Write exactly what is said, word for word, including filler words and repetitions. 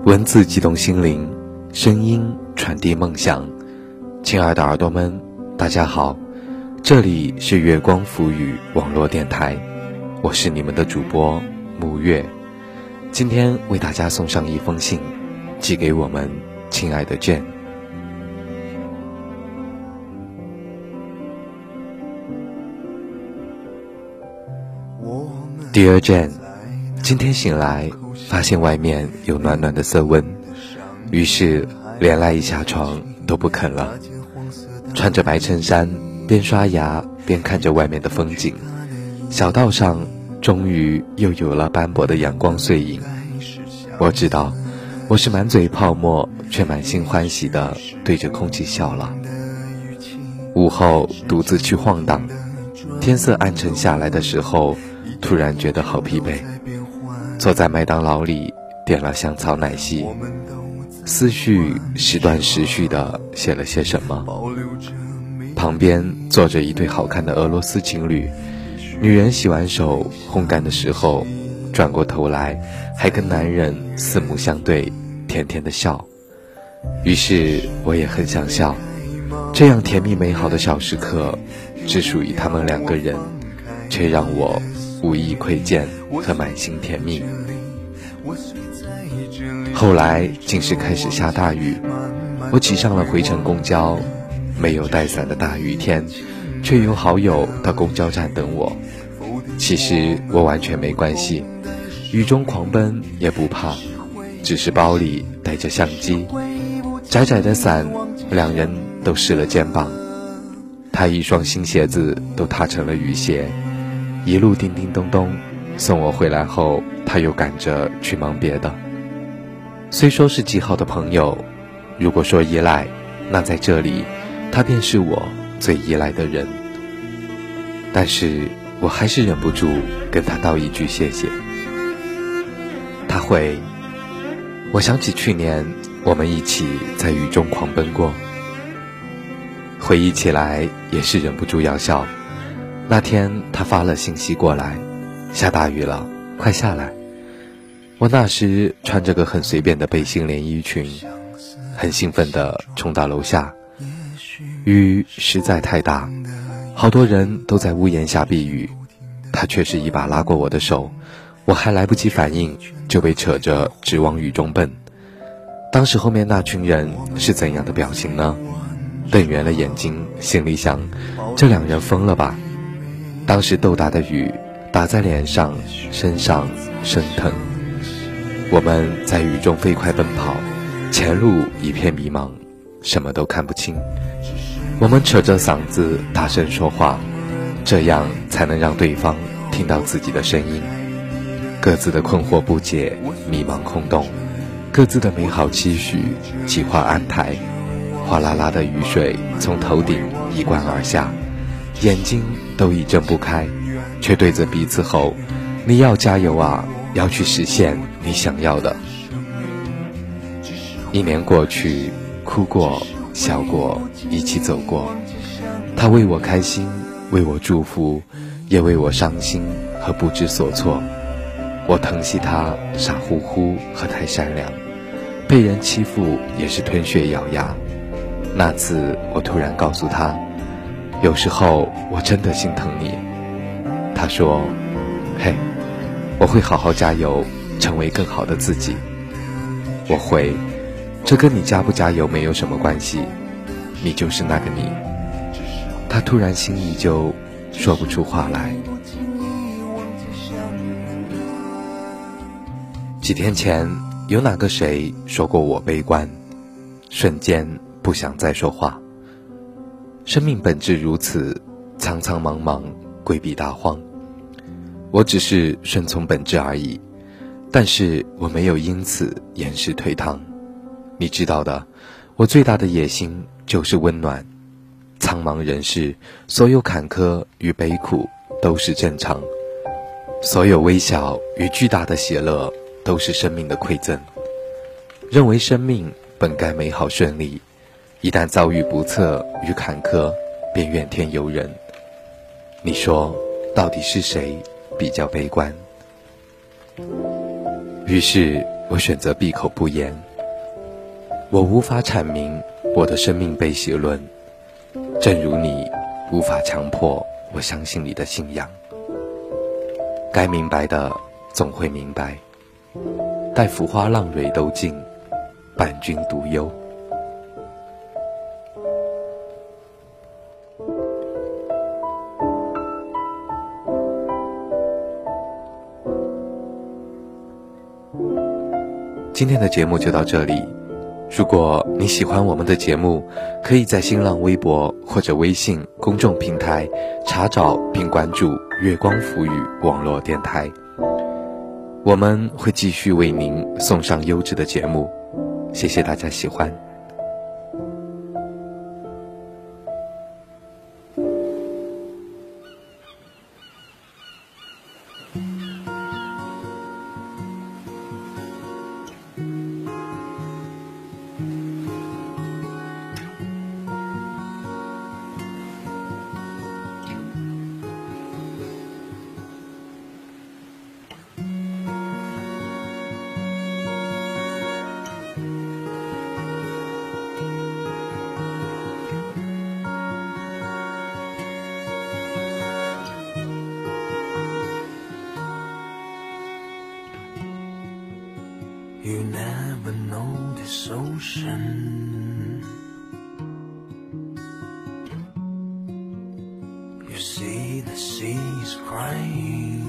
文字激动心灵，声音传递梦想。亲爱的耳朵们，大家好，这里是月光浮语网络电台，我是你们的主播沐月。今天为大家送上一封信，寄给我们亲爱的 Jane。Dear Jane， 今天醒来发现外面有暖暖的色温，于是连赖一下床都不肯了。穿着白衬衫，边刷牙边看着外面的风景，小道上终于又有了斑驳的阳光碎影。我知道我是满嘴泡沫却满心欢喜地对着空气笑了。午后独自去晃荡，天色暗沉下来的时候，突然觉得好疲惫。坐在麦当劳里点了香草奶昔，思绪时断时续地写了些什么。旁边坐着一对好看的俄罗斯情侣，女人洗完手烘干的时候，转过头来还跟男人四目相对，甜甜的笑。于是我也很想笑，这样甜蜜美好的小时刻只属于他们两个人，却让我无意窥见和满心甜蜜。后来竟是开始下大雨，我挤上了回程公交，没有带伞的大雨天，却有好友到公交站等我。其实我完全没关系，雨中狂奔也不怕，只是包里带着相机，窄窄的伞，两人都湿了肩膀。他一双新鞋子都踏成了雨鞋，一路叮叮咚咚，送我回来后，他又赶着去忙别的。虽说是极好的朋友，如果说依赖，那在这里他便是我最依赖的人。但是我还是忍不住跟他道一句谢谢。他会，我想起去年我们一起在雨中狂奔过，回忆起来也是忍不住要笑。那天他发了信息过来，下大雨了，快下来。我那时穿着个很随便的背心连衣裙，很兴奋地冲到楼下。雨实在太大，好多人都在屋檐下避雨，他却是一把拉过我的手，我还来不及反应就被扯着直往雨中奔。当时后面那群人是怎样的表情呢？瞪圆了眼睛，心里想，这两人疯了吧。当时豆大的雨打在脸上身上生疼，我们在雨中飞快奔跑，前路一片迷茫，什么都看不清。我们扯着嗓子大声说话，这样才能让对方听到自己的声音。各自的困惑不解，迷茫空洞，各自的美好期许，计划安排。哗啦啦的雨水从头顶一灌而下，眼睛都已睁不开，却对着彼此吼，你要加油啊，要去实现你想要的。一年过去，哭过笑过，一起走过，他为我开心，为我祝福，也为我伤心和不知所措。我疼惜他傻乎乎和太善良，被人欺负也是吞血咬牙。那次我突然告诉他，有时候我真的心疼你。他说，嘿，我会好好加油，成为更好的自己。我会，这跟你加不加油没有什么关系，你就是那个你。他突然心里就说不出话来。几天前有哪个谁说过我悲观，瞬间不想再说话。生命本质如此，苍苍茫茫，归比大荒。我只是顺从本质而已，但是我没有因此掩饰颓唐。你知道的，我最大的野心就是温暖。苍茫人世，所有坎坷与悲苦都是正常，所有微小与巨大的喜乐都是生命的馈赠。认为生命本该美好顺利，一旦遭遇不测与坎坷，便怨天尤人。你说，到底是谁比较悲观？ 于是我选择闭口不言。我无法阐明我的生命悲喜论，正如你无法强迫我相信你的信仰。该明白的总会明白，待浮花浪蕊都尽，伴君独忧。今天的节目就到这里。如果你喜欢我们的节目，可以在新浪微博或者微信公众平台查找并关注月光浮语网络电台，我们会继续为您送上优质的节目。谢谢大家喜欢。 You never notice ocean. You see the seas crying.